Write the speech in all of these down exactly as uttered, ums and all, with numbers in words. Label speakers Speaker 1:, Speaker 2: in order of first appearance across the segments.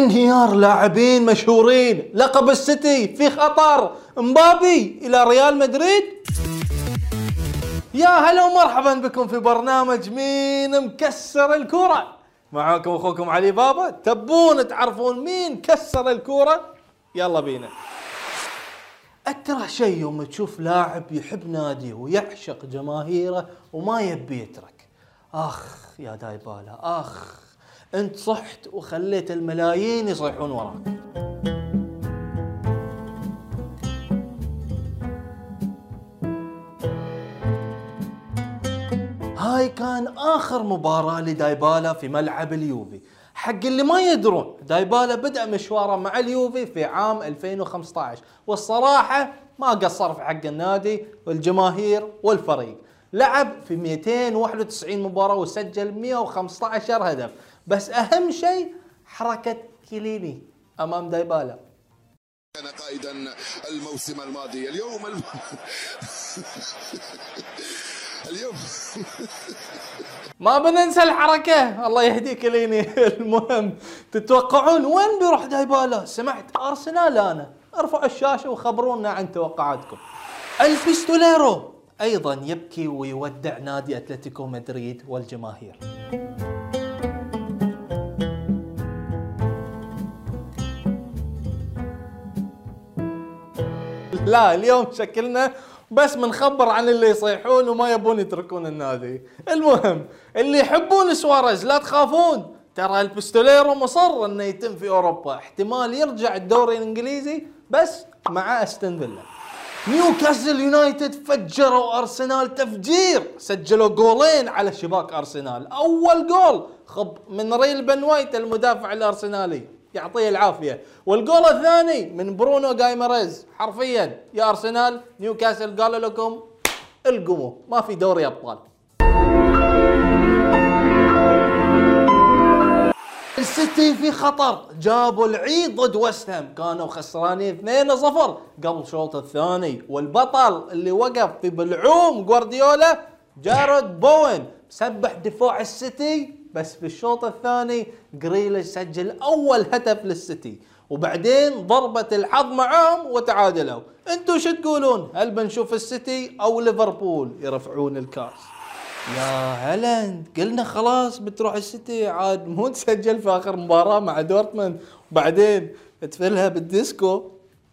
Speaker 1: انهيار لاعبين مشهورين، لقب السيتي في خطر، مبابي الى ريال مدريد. يا هلا ومرحبا بكم في برنامج مين مكسر الكرة. معاكم اخوكم علي بابا. تبون تعرفون مين كسر الكرة؟ يلا بينا. اكره شيء يوم تشوف لاعب يحب ناديه ويعشق جماهيره وما يبي يترك. اخ يا دايبالا، اخ انت صحت وخليت الملايين يصيحون وراك. هاي كان اخر مباراة لدايبالا في ملعب اليوفي. حق اللي ما يدرون، دايبالا بدأ مشواره مع اليوفي في عام ألفين وخمسة عشر، والصراحة ما قصر في حق النادي والجماهير والفريق. لعب في مئتين وواحد وتسعين مباراة وسجل مئة وخمسة عشر هدف، بس أهم شيء حركة كيليني أمام دايبالا.
Speaker 2: كان قائدا الموسم الماضي. اليوم الم... اليوم
Speaker 1: ما بننسى الحركة. الله يهديك كيليني. المهم، تتوقعون وين بيروح دايبالا؟ سمعت أرسنال. أنا ارفعوا الشاشة وخبرونا عن توقعاتكم. البيستوليرو أيضا يبكي ويودع نادي أتلتيكو مدريد والجماهير. لا، اليوم شكلنا بس منخبر عن اللي يصيحون وما يبون يتركون النادي. المهم، اللي يحبون سواريز لا تخافون، ترى البيستوليرو مصر انه يتم في اوروبا، احتمال يرجع الدوري الانجليزي بس مع استون فيلا. نيوكاسل يونايتد فجروا ارسنال تفجير، سجلوا جولين على شباك ارسنال. اول جول خب من ريل بن وايت المدافع الارسنالي، يعطيه العافيه، والجول الثاني من برونو جايمريز. حرفيا يا ارسنال نيوكاسل قالوا لكم القموا، ما في دوري ابطال. السيتي في خطر، جابوا العيد ضد ويست هام، كانوا خسرانين اثنين صفر قبل الشوط الثاني، والبطل اللي وقف في بلعوم جوارديولا جارود بوين سبح دفاع السيتي، بس في الشوط الثاني جريليش سجل اول هدف للسيتي، وبعدين ضربة الحظ معاهم وتعادلوا. انتوا شو تقولون؟ هل بنشوف السيتي او ليفربول يرفعون الكاس؟ يا هالاند، قلنا خلاص بتروح السيتي، عاد مو تسجل في اخر مباراة مع دورتموند وبعدين تفلها بالديسكو.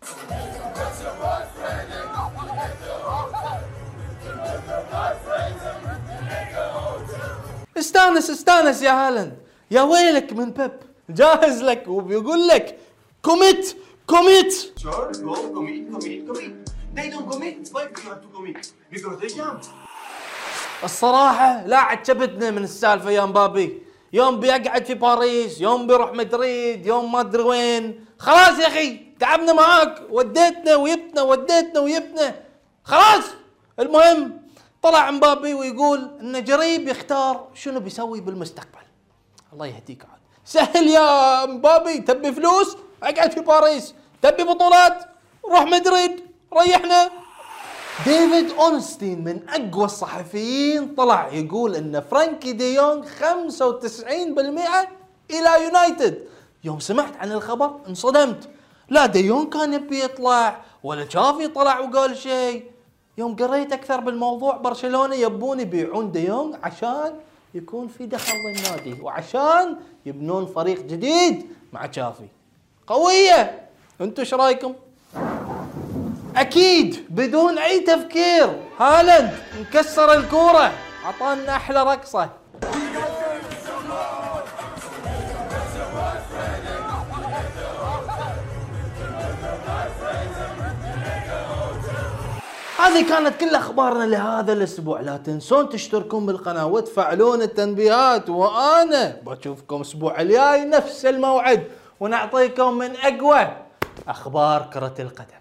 Speaker 1: استانس استانس يا هالاند، يا ويلك من بيب، جاهز لك وبيقول لك كوميت كوميت.
Speaker 3: Sure, go commit, commit, commit. They don't commit, but you have to commit because they jump.
Speaker 1: الصراحة لا عجبتنا من السالفة يا مبابي، يوم بيقعد في باريس، يوم بيروح مدريد، يوم ما ادري وين. خلاص يا اخي، تعبنا معاك، وديتنا ويبتنا وديتنا ويبتنا، خلاص. المهم، طلع مبابي ويقول انه جريب يختار شنو بيسوي بالمستقبل. الله يهديك عاد، سهل يا مبابي، تبي فلوس اقعد في باريس، تبي بطولات روح مدريد ريحنا. ديفيد اونستين من اقوى الصحفيين طلع يقول ان فرانكي دي يونغ خمسة وتسعين بالمئة الى يونايتد. يوم سمعت عن الخبر انصدمت، لا دي يونغ كان يبي يطلع ولا تشافي طلع وقال شيء. يوم قريت اكثر بالموضوع، برشلونة يبون يبيعون دي يونغ عشان يكون في دخل للنادي وعشان يبنون فريق جديد مع تشافي. قوية. انتوا ايش رايكم؟ اكيد بدون اي تفكير هالاند مكسر الكورة، عطانا احلى رقصة. هذه كانت كل اخبارنا لهذا الاسبوع. لا تنسون تشتركون بالقناة وتفعلون التنبيهات، وانا بشوفكم الاسبوع الجاي نفس الموعد ونعطيكم من اقوى اخبار كرة القدم.